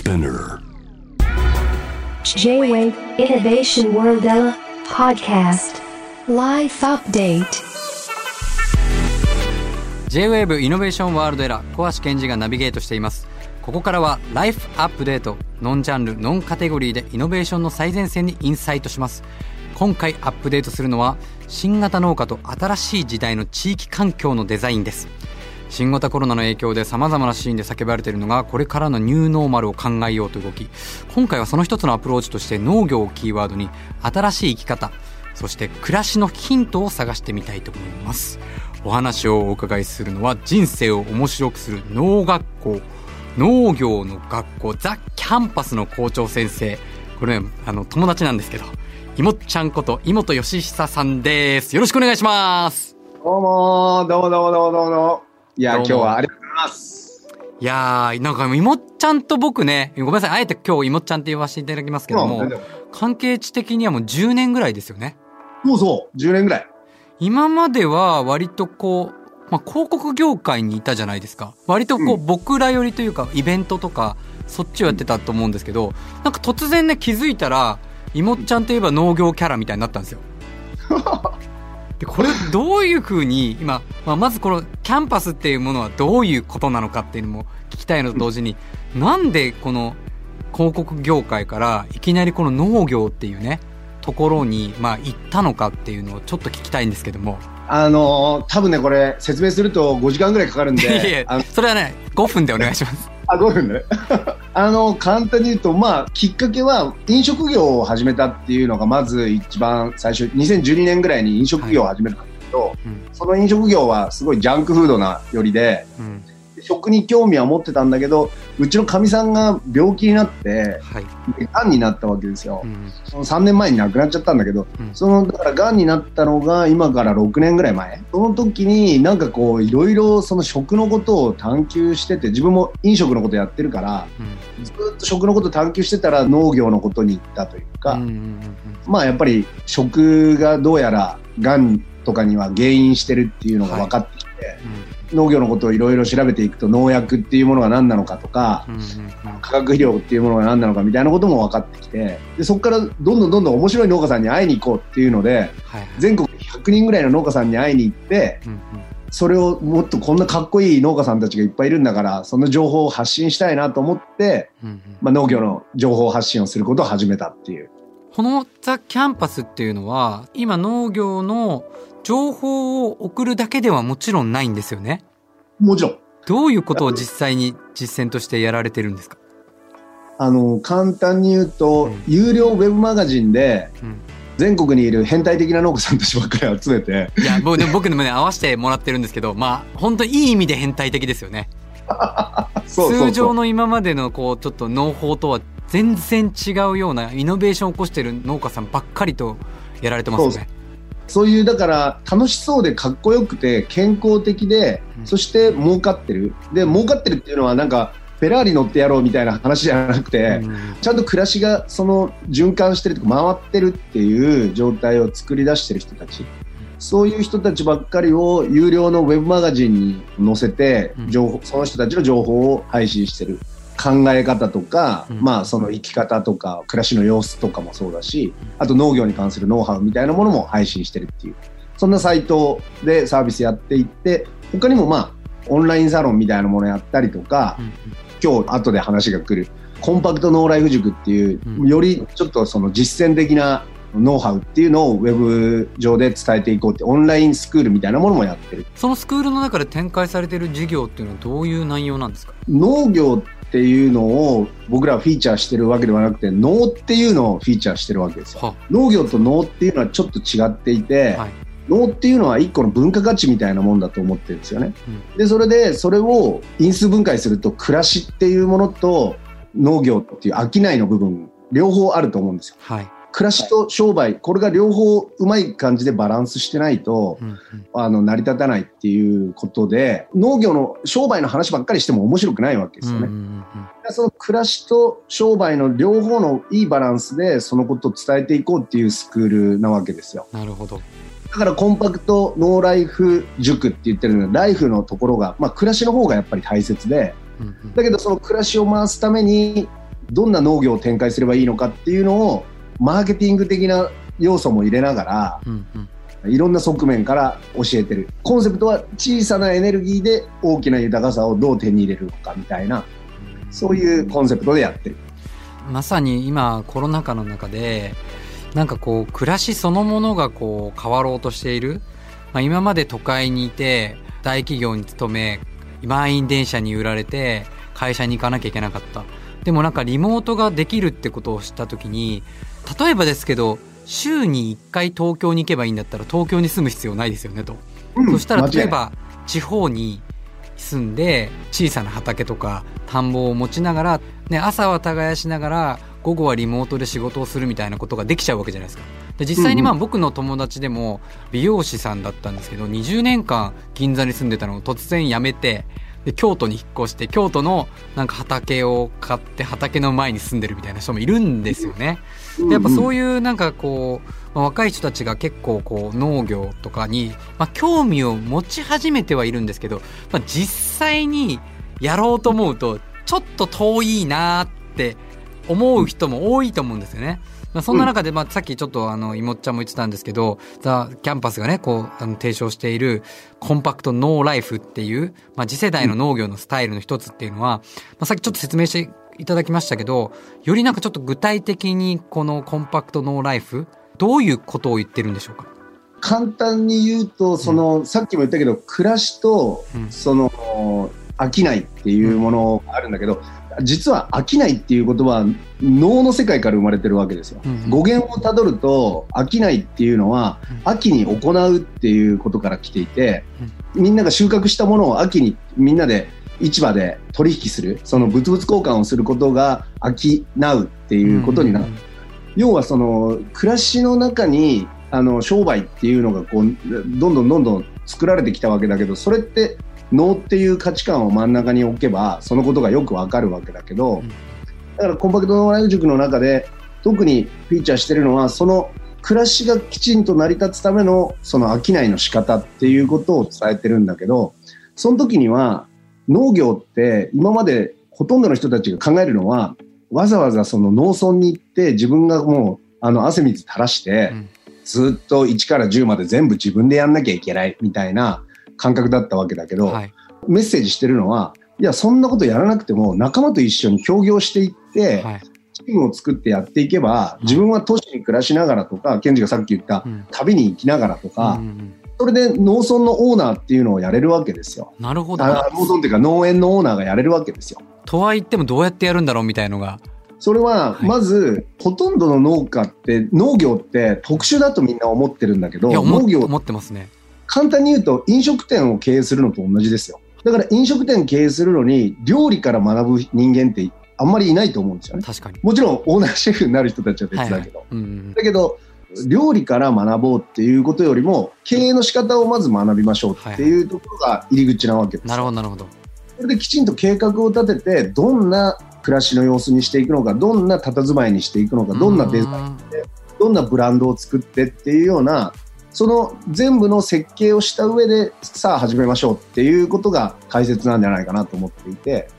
Spinner J-Wave Innovation World Ella Podcast Life Update J-Wave イノベーションワールドエラー小橋健二がナビゲートしています。ここからはライフアップデート、ノンジャンルノンカテゴリーでイノベーションの最前線にインサイトします。今回アップデートするのは新型農家と新しい時代の地域環境のデザインです。新型コロナの影響で様々なシーンで叫ばれているのがこれからのニューノーマルを考えようという動き、今回はその一つのアプローチとして農業をキーワードに新しい生き方、そして暮らしのヒントを探してみたいと思います。お話をお伺いするのは人生を面白くする農学校、農業の学校ザ・キャンパスの校長先生、これ、友達なんですけど、いもっちゃんこと井本義久さんです。よろしくお願いします。 どうも。いや、今日はありがとうございます。 いやー、なんかいもっちゃんと僕ね、ごめんなさい、あえて今日いもっちゃんって言わせていただきますけども、関係値的にはもう10年ぐらいですよね。 そう、10年ぐらい。 今までは割とこう、広告業界にいたじゃないですか。割とこう、僕らよりというかイベントとかそっちをやってたと思うんですけど、なんか突然ね、気づいたらいもっちゃんといえば農業キャラみたいになったんですよ。でこれどういう風に今、まずこのキャンパスっていうものはどういうことなのかっていうのも聞きたいのと同時に、なんでこの広告業界からいきなりこの農業っていうねところに行ったのかっていうのをちょっと聞きたいんですけども。 多分ね、これ説明すると5時間ぐらいかかるんでいやそれはね5分でお願いします。 5分ね簡単に言うと、きっかけは飲食業を始めたっていうのがまず一番最初、2012年ぐらいに飲食業を始めたんですけど、その飲食業はすごいジャンクフードなよりで、食に興味は持ってたんだけど、うちのかみさんが病気になって、がんになったわけですよ。その3年前に亡くなっちゃったんだけど、だからがんになったのが今から6年ぐらい前。その時になんかこういろいろその食のことを探求してて、自分も飲食のことやってるから、ずっと食のことを探求してたら農業のことに行ったというか、やっぱり食がどうやらがんとかには原因してるっていうのが分かってきて、農業のことをいろいろ調べていくと、農薬っていうものが何なのかとか、化学肥料っていうものが何なのかみたいなことも分かってきて、でそこからどんどん面白い農家さんに会いに行こうっていうので、全国100人ぐらいの農家さんに会いに行って、それをもっとこんなかっこいい農家さんたちがいっぱいいるんだから、その情報を発信したいなと思って、農業の情報発信をすることを始めたっていう。 このザ・キャンパスっていうのは今農業の情報を送るだけではもちろんないんですよね。 もちろん。 どういうことを実際に実践としてやられてるんですか？ 簡単に言うと、有料ウェブマガジンで、全国にいる変態的な農家さんたちばっかり集めて、いや僕でもね合わせてもらってるんですけど、本当にいい意味で変態的ですよね。通常の今までのこうちょっと農法とは全然違うようなイノベーションを起こしている農家さんばっかりとやられてますよね。 そういうだから楽しそうでかっこよくて健康的で、そして儲かってる。で儲かってるっていうのはなんかフェラーリ乗ってやろうみたいな話じゃなくて、ちゃんと暮らしがその循環してるとか回ってるっていう状態を作り出してる人たち、そういう人たちばっかりを有料のウェブマガジンに載せてその人たちの情報を配信してる。考え方とか、その生き方とか暮らしの様子とかもそうだし、あと農業に関するノウハウみたいなものも配信してるっていう、そんなサイトでサービスやっていって、他にもオンラインサロンみたいなものやったりとか、今日後で話が来るコンパクトノーライフ塾っていう、よりちょっとその実践的なノウハウっていうのをウェブ上で伝えていこうってオンラインスクールみたいなものもやってる。 そのスクールの中で展開されている事業っていうのはどういう内容なんですか？ 農業っていうのを僕らはフィーチャーしてるわけではなくて、農っていうのをフィーチャーしてるわけですよ。農業と農っていうのはちょっと違っていて、農っていうのは一個の文化価値みたいなもんだと思ってるんですよね。でそれを因数分解すると、暮らしっていうものと農業っていう商いの部分両方あると思うんですよ。暮らしと商売、これが両方うまい感じでバランスしてないと、成り立たないっていうことで、農業の商売の話ばっかりしても面白くないわけですよね。その暮らしと商売の両方のいいバランスでそのことを伝えていこうっていうスクールなわけですよ。 なるほど。 だからコンパクトノーライフ塾って言ってるので、ライフのところが、暮らしの方がやっぱり大切で、だけどその暮らしを回すためにどんな農業を展開すればいいのかっていうのをマーケティング的な要素も入れながら、いろんな側面から教えてる。コンセプトは小さなエネルギーで大きな豊かさをどう手に入れるのかみたいな、そういうコンセプトでやってる。 まさに今コロナ禍の中でなんかこう暮らしそのものがこう変わろうとしている、今まで都会にいて大企業に勤め満員電車に揺られて会社に行かなきゃいけなかった。でもなんかリモートができるってことを知った時に、例えばですけど週に1回東京に行けばいいんだったら東京に住む必要ないですよねと、そしたら例えば地方に住んで小さな畑とか田んぼを持ちながら、朝は耕しながら午後はリモートで仕事をするみたいなことができちゃうわけじゃないですか。で実際に僕の友達でも美容師さんだったんですけど、20年間銀座に住んでたのを突然辞めて、で京都に引っ越して京都のなんか畑を買って畑の前に住んでるみたいな人もいるんですよね。でやっぱそういうなんかこう、若い人たちが結構こう農業とかに、興味を持ち始めてはいるんですけど、実際にやろうと思うとちょっと遠いなって思う人も多いと思うんですよね。そんな中で、さっきちょっといもっちゃんも言ってたんですけど、ザ・キャンパスがねこう提唱しているコンパクトノーライフっていう、次世代の農業のスタイルの一つっていうのは、さっきちょっと説明していただきましたけど、よりなんかちょっと具体的にこのコンパクトノーライフどういうことを言ってるんでしょうか。 簡単に言うとさっきも言ったけど暮らしと飽きないっていうものがあるんだけど、実は飽きないっていう言葉は農の世界から生まれてるわけですよ。語源をたどると飽きないっていうのは秋に行うっていうことから来ていて、みんなが収穫したものを秋にみんなで市場で取引する、その物々交換をすることが商うっていうことになる。要は暮らしの中に商売っていうのがこうどんどん作られてきたわけだけど、それって農っていう価値観を真ん中に置けばそのことがよくわかるわけだけど、だからコンパクトノーライフ塾の中で特にフィーチャーしてるのは、その暮らしがきちんと成り立つためのその商いの仕方っていうことを伝えてるんだけど、その時には農業って今までほとんどの人たちが考えるのは、わざわざその農村に行って自分がもう汗水垂らしてずっと1から10まで全部自分でやんなきゃいけないみたいな感覚だったわけだけど、メッセージしてるのは、いやそんなことやらなくても仲間と一緒に協業していって、チームを作ってやっていけば、自分は都市に暮らしながらとか、ケンジがさっき言った旅に行きながらとか、それで農村のオーナーっていうのをやれるわけですよ。 なるほど。 農村っていうか農園のオーナーがやれるわけですよ。 とは言ってもどうやってやるんだろうみたいのが、 それはまず、ほとんどの農家って農業って特殊だとみんな思ってるんだけど、農業思ってますね。簡単に言うと飲食店を経営するのと同じですよ。だから飲食店経営するのに料理から学ぶ人間ってあんまりいないと思うんですよね。 確かに。 もちろんオーナーシェフになる人たちは別だけど、だけど料理から学ぼうっていうことよりも経営の仕方をまず学びましょうっていうところが入り口なわけです。 なるほどなるほど。 それできちんと計画を立てて、どんな暮らしの様子にしていくのか、どんな佇まいにしていくのか、どんなデザインでどんなブランドを作ってっていうような、その全部の設計をした上でさあ始めましょうっていうことが大切なんじゃないかなと思っていて、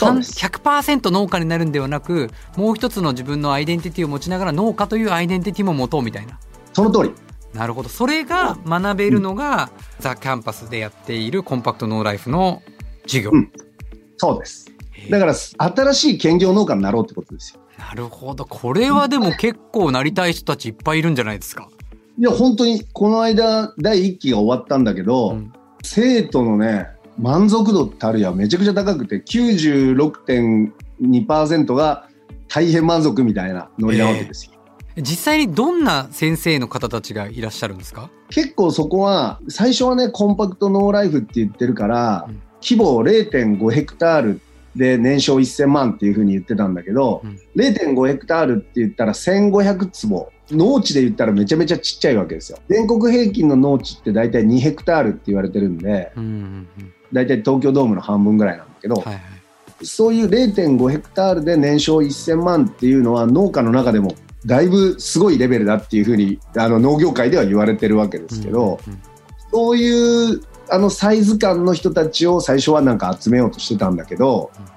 100% 農家になるんではなく、もう一つの自分のアイデンティティを持ちながら農家というアイデンティティも持とうみたいな。 その通り。 なるほど。それが学べるのが、ザ・キャンパスでやっているコンパクトノーライフの授業、 そうです。だから新しい兼業農家になろうってことですよ。 なるほど。これはでも結構なりたい人たちいっぱいいるんじゃないですか。 いや本当にこの間第1期が終わったんだけど、生徒のね満足度たるやめちゃくちゃ高くて 96.2% が大変満足みたいなノリなわけですよ。 実際にどんな先生の方たちがいらっしゃるんですか？ 結構そこは最初はねコンパクトノーライフって言ってるから、規模 0.5 ヘクタールで年商1000万っていう風に言ってたんだけど、0.5 ヘクタールって言ったら1500坪、農地で言ったらめちゃめちゃちっちゃいわけですよ。全国平均の農地って大体2ヘクタールって言われてるんで、大体東京ドームの半分ぐらいなんだけど、そういう 0.5 ヘクタールで年商1000万っていうのは農家の中でもだいぶすごいレベルだっていう風に農業界では言われてるわけですけど、そういうサイズ感の人たちを最初はなんか集めようとしてたんだけど、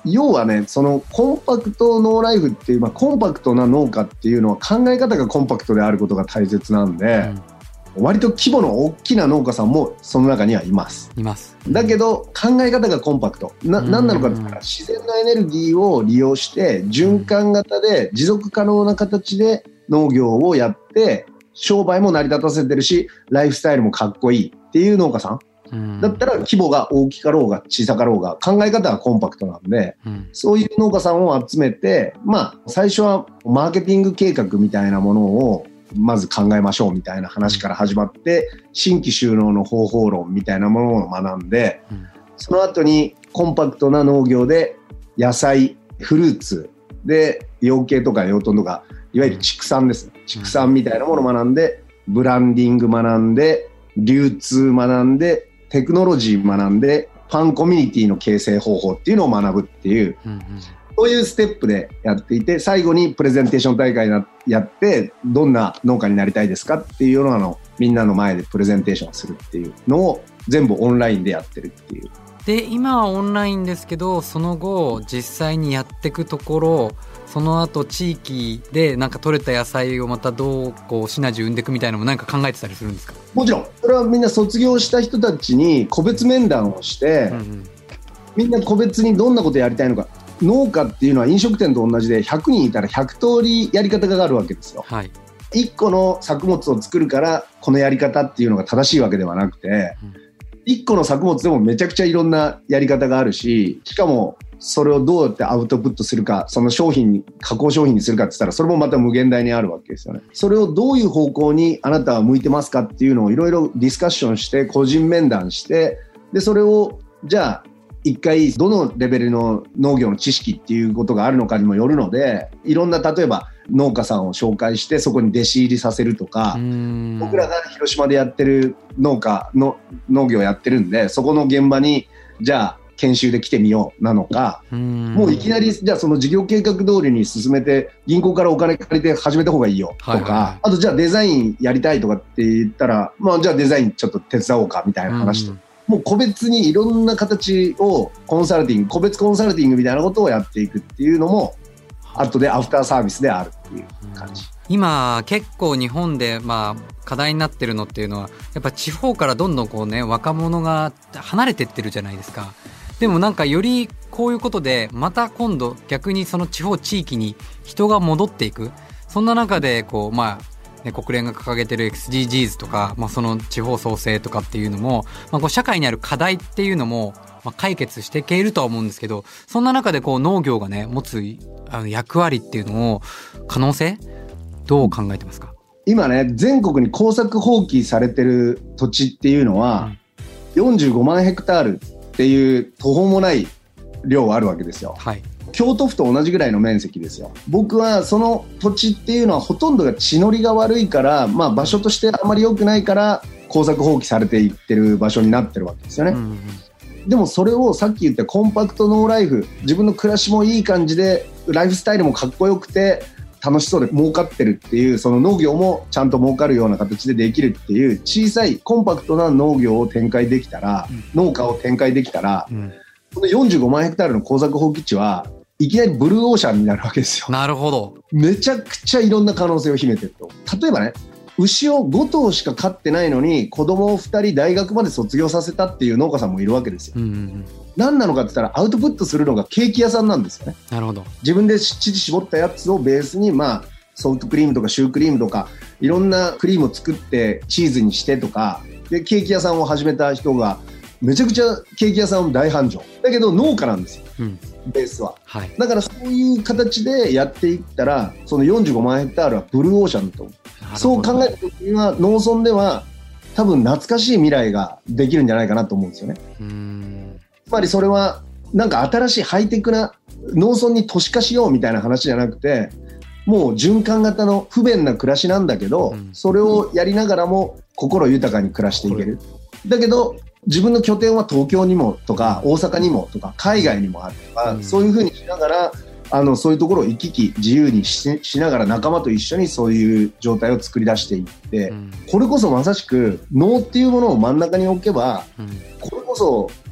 要はね、そのコンパクトノーライフっていう、コンパクトな農家っていうのは考え方がコンパクトであることが大切なんで、割と規模の大きな農家さんもその中にはいます。だけど考え方がコンパクト。何なのかって言ったら、自然のエネルギーを利用して循環型で持続可能な形で農業をやって商売も成り立たせてるし、ライフスタイルもかっこいいっていう農家さんだったら、規模が大きかろうが小さかろうが考え方がコンパクトなんで、そういう農家さんを集めて、最初はマーケティング計画みたいなものをまず考えましょうみたいな話から始まって、新規収納の方法論みたいなものを学んで、その後にコンパクトな農業で野菜、フルーツで養鶏とか養豚とか、いわゆる畜産ですね。畜産みたいなものを学んで、ブランディング学んで、流通学んで、テクノロジー学んで、ファンコミュニティの形成方法っていうのを学ぶっていう、そういうステップでやっていて、最後にプレゼンテーション大会やって、どんな農家になりたいですかっていうようなのをみんなの前でプレゼンテーションするっていうのを全部オンラインでやってるっていう。 で、今はオンラインですけど、その後実際にやっていくところ、その後地域でなんか取れた野菜をまたどうこうシナジー生んでいくみたいなのもなんか考えてたりするんですか？ もちろんそれはみんな卒業した人たちに個別面談をして、みんな個別にどんなことやりたいのか。農家っていうのは飲食店と同じで、100人いたら100通りやり方があるわけですよ。1個の作物を作るからこのやり方っていうのが正しいわけではなくて、1個の作物でもめちゃくちゃいろんなやり方があるし、しかもそれをどうやってアウトプットするか、その商品に加工商品にするかって言ったら、それもまた無限大にあるわけですよね。それをどういう方向にあなたは向いてますかっていうのをいろいろディスカッションして、個人面談して、でそれをじゃあ一回どのレベルの農業の知識っていうことがあるのかにもよるので、いろんな例えば農家さんを紹介してそこに弟子入りさせるとか、僕らが広島でやってる農家の農業やってるんで、そこの現場にじゃあ研修で来てみようなのか、もういきなりじゃあその事業計画通りに進めて銀行からお金借りて始めた方がいいよとか、あとじゃあデザインやりたいとかって言ったら、じゃあデザインちょっと手伝おうかみたいな話とか、もう個別にいろんな形をコンサルティング、個別コンサルティングみたいなことをやっていくっていうのも後でアフターサービスであるっていう感じ。 今結構日本で課題になってるのっていうのは、やっぱ地方からどんどんこうね、若者が離れてってるじゃないですか。でもなんかよりこういうことでまた今度逆にその地方地域に人が戻っていく、そんな中でこう国連が掲げてる SDGs とか、その地方創生とかっていうのも、こう社会にある課題っていうのも、解決していけるとは思うんですけど、そんな中でこう農業がね持つ役割っていうのを、可能性どう考えてますか？ 今ね、全国に耕作放棄されてる土地っていうのは、45万ヘクタールっていう途方もない量あるわけですよ。京都府と同じぐらいの面積ですよ。僕はその土地っていうのはほとんどが地の利が悪いから、場所としてあまり良くないから耕作放棄されていってる場所になってるわけですよね。でもそれをさっき言ったコンパクトノーライフ、自分の暮らしもいい感じでライフスタイルもかっこよくて楽しそうで儲かってるっていう、その農業もちゃんと儲かるような形でできるっていう小さいコンパクトな農業を展開できたら、農家を展開できたら、この45万ヘクタールの耕作放棄地はいきなりブルーオーシャンになるわけですよ。 なるほど。 めちゃくちゃいろんな可能性を秘めてると。例えばね、牛を5頭しか飼ってないのに子供を2人大学まで卒業させたっていう農家さんもいるわけですよ。何なのかって言ったら、アウトプットするのがケーキ屋さんなんですよね。 なるほど。 自分で乳絞ったやつをベースに、ソフトクリームとかシュークリームとかいろんなクリームを作ってチーズにしてとかで、ケーキ屋さんを始めた人がめちゃくちゃケーキ屋さん大繁盛だけど農家なんですよ、ベースは。だからそういう形でやっていったら、その45万ヘクタールはブルーオーシャンだと思う。そう考えた時には農村では多分懐かしい未来ができるんじゃないかなと思うんですよね。つまりそれはなんか新しいハイテクな農村に都市化しようみたいな話じゃなくて、もう循環型の不便な暮らしなんだけど、それをやりながらも心豊かに暮らしていける。だけど自分の拠点は東京にもとか大阪にもとか海外にもあるとか、そういう風にしながらそういうところを行き来自由に しながら仲間と一緒にそういう状態を作り出していって、これこそまさしく農っていうものを真ん中に置けば、これこそ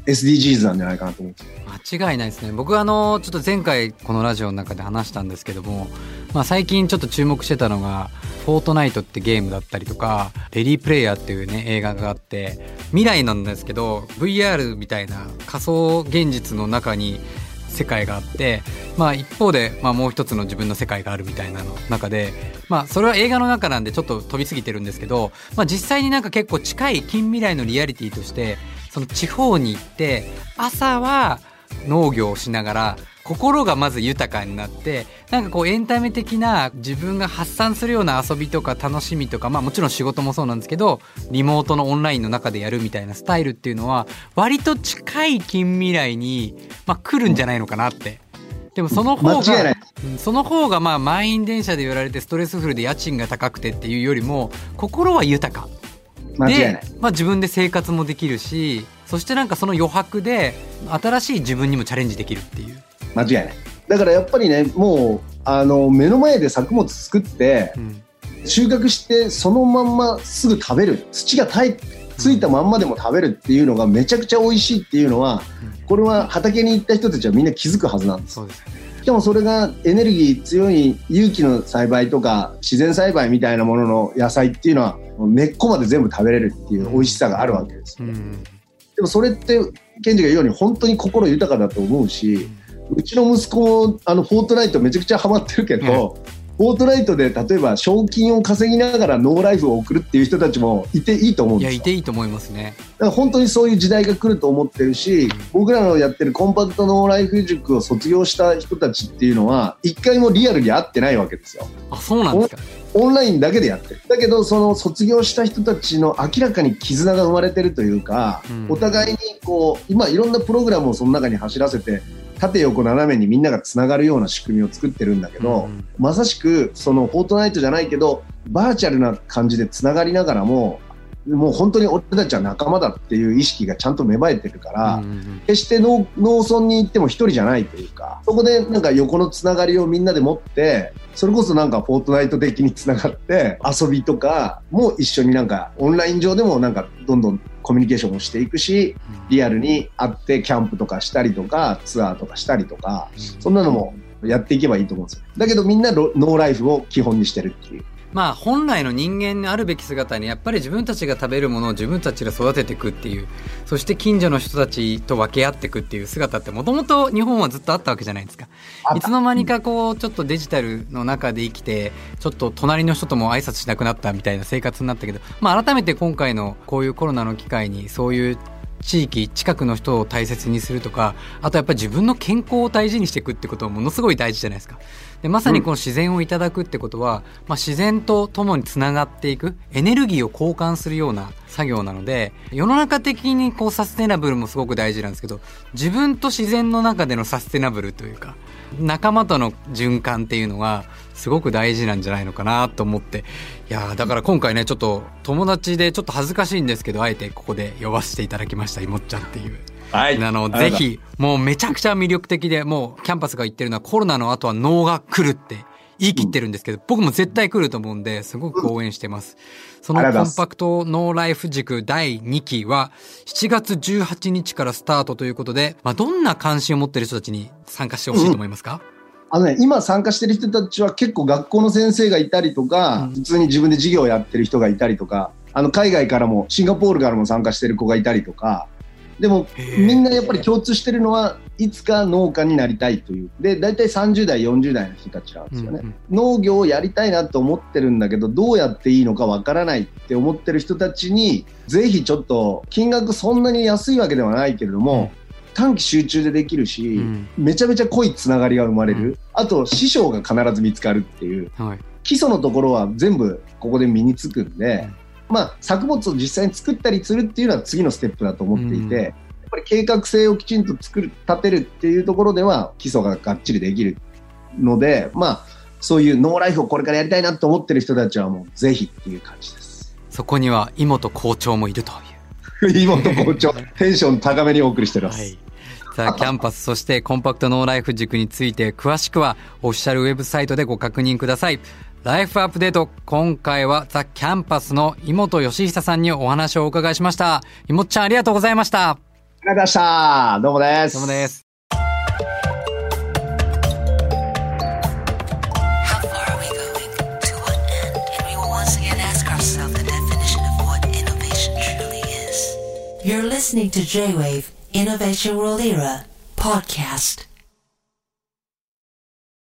SDGs なんじゃないかなと思って。 間違いないですね。僕ちょっと前回このラジオの中で話したんですけども、最近ちょっと注目してたのがフォートナイトってゲームだったりとか、レディープレイヤーっていうね映画があって、未来なんですけど VR みたいな仮想現実の中に世界があって、一方で、もう一つの自分の世界があるみたいなの中で、それは映画の中なんでちょっと飛び過ぎてるんですけど、実際になんか結構近い近未来のリアリティとして、その地方に行って朝は農業をしながら心がまず豊かになって、なんかこうエンタメ的な自分が発散するような遊びとか楽しみとか、もちろん仕事もそうなんですけど、リモートのオンラインの中でやるみたいなスタイルっていうのは割と近い近未来に、来るんじゃないのかなって。でもその方が満員電車で寄られてストレスフルで家賃が高くてっていうよりも心は豊かで、自分で生活もできるし、そしてなんかその余白で新しい自分にもチャレンジできるっていう。 間違いない。だからやっぱりね、もう目の前で作物作って、収穫してそのまんますぐ食べる、土がついたまんまでも食べるっていうのがめちゃくちゃ美味しいっていうのは、これは畑に行った人たちはみんな気づくはずなんです。 そうですね。 しかもそれがエネルギー強い有機の栽培とか自然栽培みたいなものの野菜っていうのは根っこまで全部食べれるっていう美味しさがあるわけですよ、でもそれってケンジが言うように本当に心豊かだと思うし、うちの息子もフォートナイトめちゃくちゃハマってるけど、フォートナイトで例えば賞金を稼ぎながらノーライフを送るっていう人たちもいていいと思うんですよ。 いや、いていいと思いますね。 だから本当にそういう時代が来ると思ってるし、僕らのやってるコンパクトノーライフ塾を卒業した人たちっていうのは一回もリアルに会ってないわけですよ。 あ、そうなんですか。 オンラインだけでやってる。だけどその卒業した人たちの明らかに絆が生まれてるというか、お互いにこう今いろんなプログラムをその中に走らせて縦横斜めにみんながつながるような仕組みを作ってるんだけど、まさしくそのフォートナイトじゃないけどバーチャルな感じでつながりながらもう本当に俺たちは仲間だっていう意識がちゃんと芽生えてるから、決して農村に行っても一人じゃないというか、そこでなんか横のつながりをみんなで持って、それこそなんかフォートナイト的につながって遊びとかも一緒になんかオンライン上でもなんかどんどんコミュニケーションをしていくし、リアルに会ってキャンプとかしたりとかツアーとかしたりとか、そんなのもやっていけばいいと思うんですよ。だけどみんなノーライフを基本にしてるっていう。 本来の人間のあるべき姿にやっぱり自分たちが食べるものを自分たちで育てていくっていう、そして近所の人たちと分け合っていくっていう姿ってもともと日本はずっとあったわけじゃないですか。いつの間にかこうちょっとデジタルの中で生きてちょっと隣の人とも挨拶しなくなったみたいな生活になったけど、改めて今回のこういうコロナの機会にそういう地域近くの人を大切にするとか、あとやっぱり自分の健康を大事にしていくってことはものすごい大事じゃないですか。でまさにこの自然をいただくってことは、自然と共につながっていくエネルギーを交換するような作業なので、世の中的にこうサステナブルもすごく大事なんですけど、自分と自然の中でのサステナブルというか仲間との循環っていうのがすごく大事なんじゃないのかなと思って、いやだから今回ねちょっと友達でちょっと恥ずかしいんですけど、あえてここで呼ばせていただきました、いもっちゃんっていう。はい、ぜひもうめちゃくちゃ魅力的で、もうキャンパスが言ってるのはコロナの後は脳が来るって言い切ってるんですけど、僕も絶対来ると思うんですごく応援してます。そのコンパクトノーライフ塾第2期は7月18日からスタートということで、どんな関心を持っている人たちに参加してほしいと思いますか？ 今参加してる人たちは結構学校の先生がいたりとか、普通に自分で授業をやってる人がいたりとか、海外からもシンガポールからも参加してる子がいたりとか、でもみんなやっぱり共通してるのはいつか農家になりたいという。で大体30代40代の人たちなんですよね、農業をやりたいなと思ってるんだけどどうやっていいのかわからないって思ってる人たちに、ぜひちょっと金額そんなに安いわけではないけれども、短期集中でできるし、めちゃめちゃ濃いつながりが生まれる、あと師匠が必ず見つかるっていう、基礎のところは全部ここで身につくんで、作物を実際に作ったりするっていうのは次のステップだと思っていて、やっぱり計画性をきちんと立てるっていうところでは基礎ががっちりできるので、そういうノーライフをこれからやりたいなと思ってる人たちはもうぜひっていう感じです。 そこには井本校長もいるという井本校長テンション高めにお送りしてます、 さあキャンパスそしてコンパクトノーライフ塾について詳しくはオフィシャルウェブサイトでご確認ください。ライフアップデート、今回はザ・キャンパスの井本義久さんにお話をお伺いしました。井本ちゃんありがとうございました。 りがとうございました。どうもです。 どうもです。 You're listening to J-Wave Innovation World Era podcast.